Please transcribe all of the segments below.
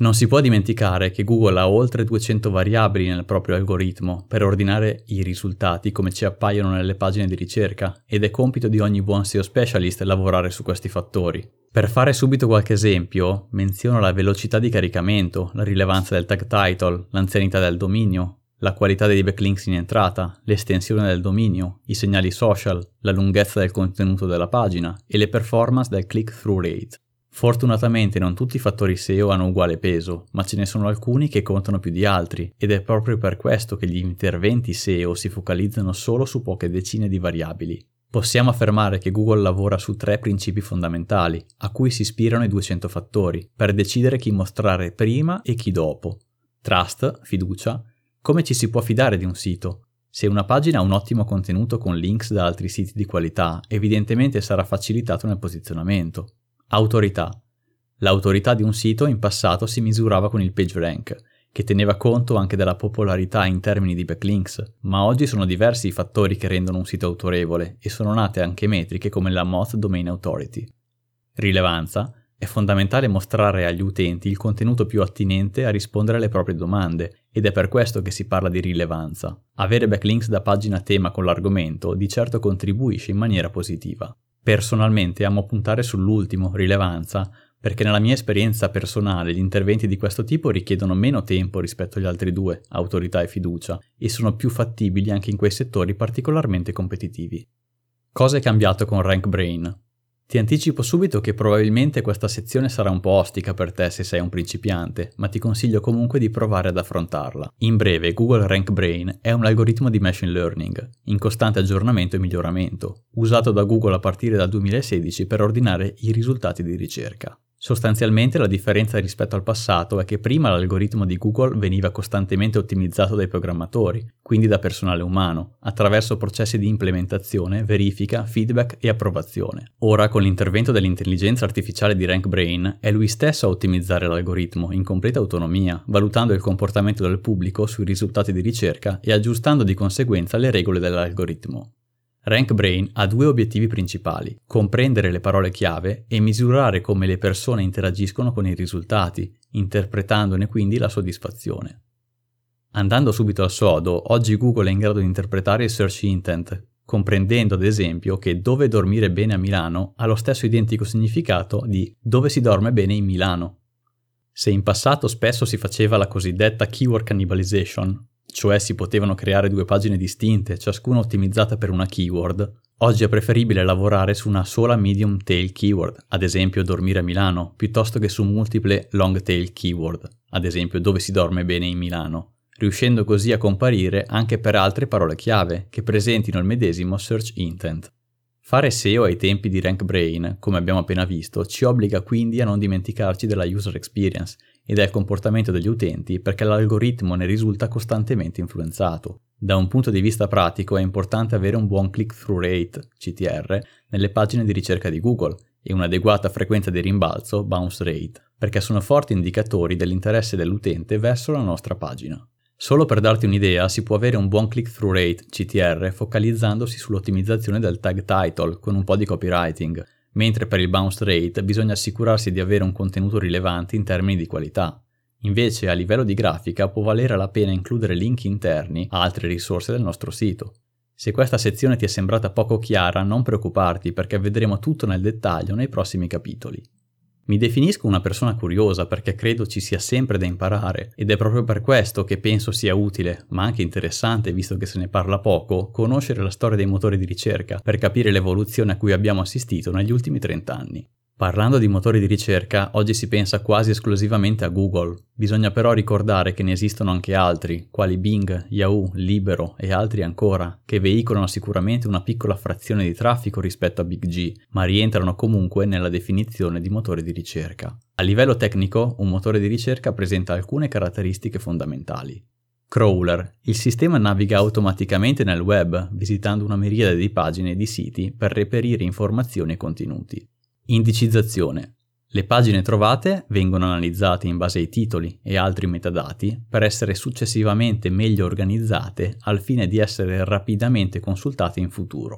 Non si può dimenticare che Google ha oltre 200 variabili nel proprio algoritmo per ordinare i risultati come ci appaiono nelle pagine di ricerca, ed è compito di ogni buon SEO specialist lavorare su questi fattori. Per fare subito qualche esempio, menziono la velocità di caricamento, la rilevanza del tag title, l'anzianità del dominio, la qualità dei backlinks in entrata, l'estensione del dominio, i segnali social, la lunghezza del contenuto della pagina e le performance del click-through rate. Fortunatamente non tutti i fattori SEO hanno uguale peso, ma ce ne sono alcuni che contano più di altri, ed è proprio per questo che gli interventi SEO si focalizzano solo su poche decine di variabili. Possiamo affermare che Google lavora su 3 principi fondamentali, a cui si ispirano i 200 fattori, per decidere chi mostrare prima e chi dopo. Trust, fiducia. Come ci si può fidare di un sito? Se una pagina ha un ottimo contenuto con links da altri siti di qualità, evidentemente sarà facilitato nel posizionamento. Autorità. L'autorità di un sito in passato si misurava con il PageRank, che teneva conto anche della popolarità in termini di backlinks, ma oggi sono diversi i fattori che rendono un sito autorevole e sono nate anche metriche come la Moz Domain Authority. Rilevanza. È fondamentale mostrare agli utenti il contenuto più attinente a rispondere alle proprie domande, ed è per questo che si parla di rilevanza. Avere backlinks da pagina tema con l'argomento di certo contribuisce in maniera positiva. Personalmente amo puntare sull'ultimo, rilevanza, perché nella mia esperienza personale gli interventi di questo tipo richiedono meno tempo rispetto agli altri due, autorità e fiducia, e sono più fattibili anche in quei settori particolarmente competitivi. Cosa è cambiato con RankBrain? Ti anticipo subito che probabilmente questa sezione sarà un po' ostica per te se sei un principiante, ma ti consiglio comunque di provare ad affrontarla. In breve, Google RankBrain è un algoritmo di machine learning, in costante aggiornamento e miglioramento, usato da Google a partire dal 2016 per ordinare i risultati di ricerca. Sostanzialmente la differenza rispetto al passato è che prima l'algoritmo di Google veniva costantemente ottimizzato dai programmatori, quindi da personale umano, attraverso processi di implementazione, verifica, feedback e approvazione. Ora, con l'intervento dell'intelligenza artificiale di RankBrain, è lui stesso a ottimizzare l'algoritmo in completa autonomia, valutando il comportamento del pubblico sui risultati di ricerca e aggiustando di conseguenza le regole dell'algoritmo. RankBrain ha 2 obiettivi principali: comprendere le parole chiave e misurare come le persone interagiscono con i risultati, interpretandone quindi la soddisfazione. Andando subito al sodo, oggi Google è in grado di interpretare il search intent, comprendendo ad esempio che dove dormire bene a Milano ha lo stesso identico significato di dove si dorme bene in Milano. Se in passato spesso si faceva la cosiddetta keyword cannibalization, cioè si potevano creare 2 pagine distinte, ciascuna ottimizzata per una keyword, oggi è preferibile lavorare su una sola medium tail keyword, ad esempio dormire a Milano, piuttosto che su multiple long tail keyword, ad esempio dove si dorme bene in Milano, riuscendo così a comparire anche per altre parole chiave che presentino il medesimo search intent. Fare SEO ai tempi di RankBrain, come abbiamo appena visto, ci obbliga quindi a non dimenticarci della user experience e del comportamento degli utenti, perché l'algoritmo ne risulta costantemente influenzato. Da un punto di vista pratico è importante avere un buon click-through rate, CTR, nelle pagine di ricerca di Google e un'adeguata frequenza di rimbalzo, bounce rate, perché sono forti indicatori dell'interesse dell'utente verso la nostra pagina. Solo per darti un'idea, si può avere un buon click-through rate, CTR, focalizzandosi sull'ottimizzazione del tag title con un po' di copywriting, mentre per il bounce rate bisogna assicurarsi di avere un contenuto rilevante in termini di qualità. Invece, a livello di grafica, può valere la pena includere link interni a altre risorse del nostro sito. Se questa sezione ti è sembrata poco chiara, non preoccuparti perché vedremo tutto nel dettaglio nei prossimi capitoli. Mi definisco una persona curiosa perché credo ci sia sempre da imparare ed è proprio per questo che penso sia utile, ma anche interessante, visto che se ne parla poco, conoscere la storia dei motori di ricerca per capire l'evoluzione a cui abbiamo assistito negli ultimi 30 anni. Parlando di motori di ricerca, oggi si pensa quasi esclusivamente a Google. Bisogna però ricordare che ne esistono anche altri, quali Bing, Yahoo, Libero e altri ancora, che veicolano sicuramente una piccola frazione di traffico rispetto a Big G, ma rientrano comunque nella definizione di motore di ricerca. A livello tecnico, un motore di ricerca presenta alcune caratteristiche fondamentali. Crawler. Il sistema naviga automaticamente nel web, visitando una miriade di pagine e di siti per reperire informazioni e contenuti. Indicizzazione. Le pagine trovate vengono analizzate in base ai titoli e altri metadati per essere successivamente meglio organizzate al fine di essere rapidamente consultate in futuro.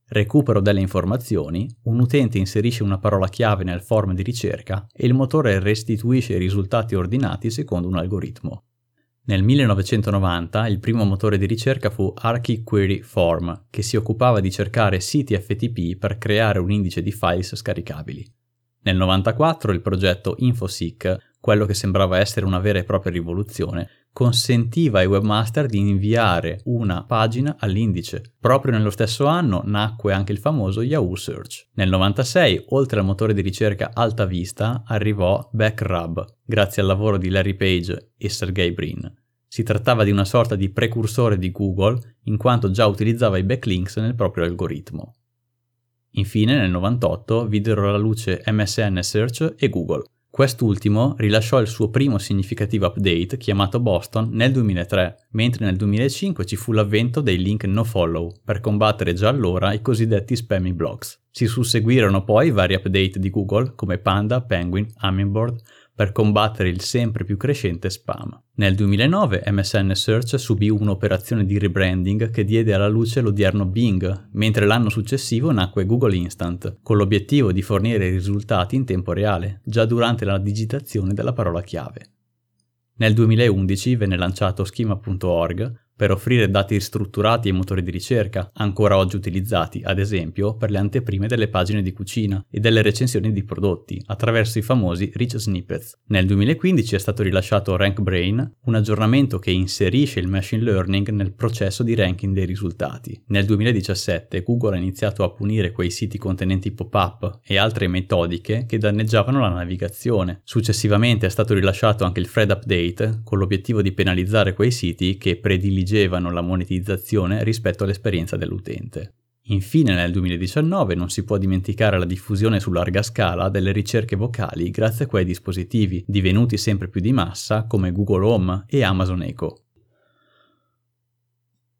recupero delle informazioni, un utente inserisce una parola chiave nel form di ricerca e il motore restituisce i risultati ordinati secondo un algoritmo. Nel 1990 il primo motore di ricerca fu ArchiQuery Form, che si occupava di cercare siti FTP per creare un indice di files scaricabili. Nel 1994 il progetto InfoSeek, quello che sembrava essere una vera e propria rivoluzione, consentiva ai webmaster di inviare una pagina all'indice. Proprio nello stesso anno nacque anche il famoso Yahoo Search. Nel 1996, oltre al motore di ricerca Alta Vista, arrivò Backrub, grazie al lavoro di Larry Page e Sergey Brin. Si trattava di una sorta di precursore di Google, in quanto già utilizzava i backlinks nel proprio algoritmo. Infine, nel 1998, videro alla luce MSN Search e Google. Quest'ultimo rilasciò il suo primo significativo update, chiamato Boston, nel 2003, mentre nel 2005 ci fu l'avvento dei link nofollow, per combattere già allora i cosiddetti spammy blogs. Si susseguirono poi vari update di Google, come Panda, Penguin, Hummingbird, per combattere il sempre più crescente spam. Nel 2009 MSN Search subì un'operazione di rebranding che diede alla luce l'odierno Bing, mentre l'anno successivo nacque Google Instant, con l'obiettivo di fornire i risultati in tempo reale, già durante la digitazione della parola chiave. Nel 2011 venne lanciato Schema.org per offrire dati strutturati ai motori di ricerca, ancora oggi utilizzati, ad esempio, per le anteprime delle pagine di cucina e delle recensioni di prodotti, attraverso i famosi Rich Snippets. Nel 2015 è stato rilasciato RankBrain, un aggiornamento che inserisce il machine learning nel processo di ranking dei risultati. Nel 2017 Google ha iniziato a punire quei siti contenenti pop-up e altre metodiche che danneggiavano la navigazione. Successivamente è stato rilasciato anche il Thread Update, con l'obiettivo di penalizzare quei siti che prediligevano la monetizzazione rispetto all'esperienza dell'utente. Infine nel 2019 non si può dimenticare la diffusione su larga scala delle ricerche vocali grazie a quei dispositivi, divenuti sempre più di massa come Google Home e Amazon Echo.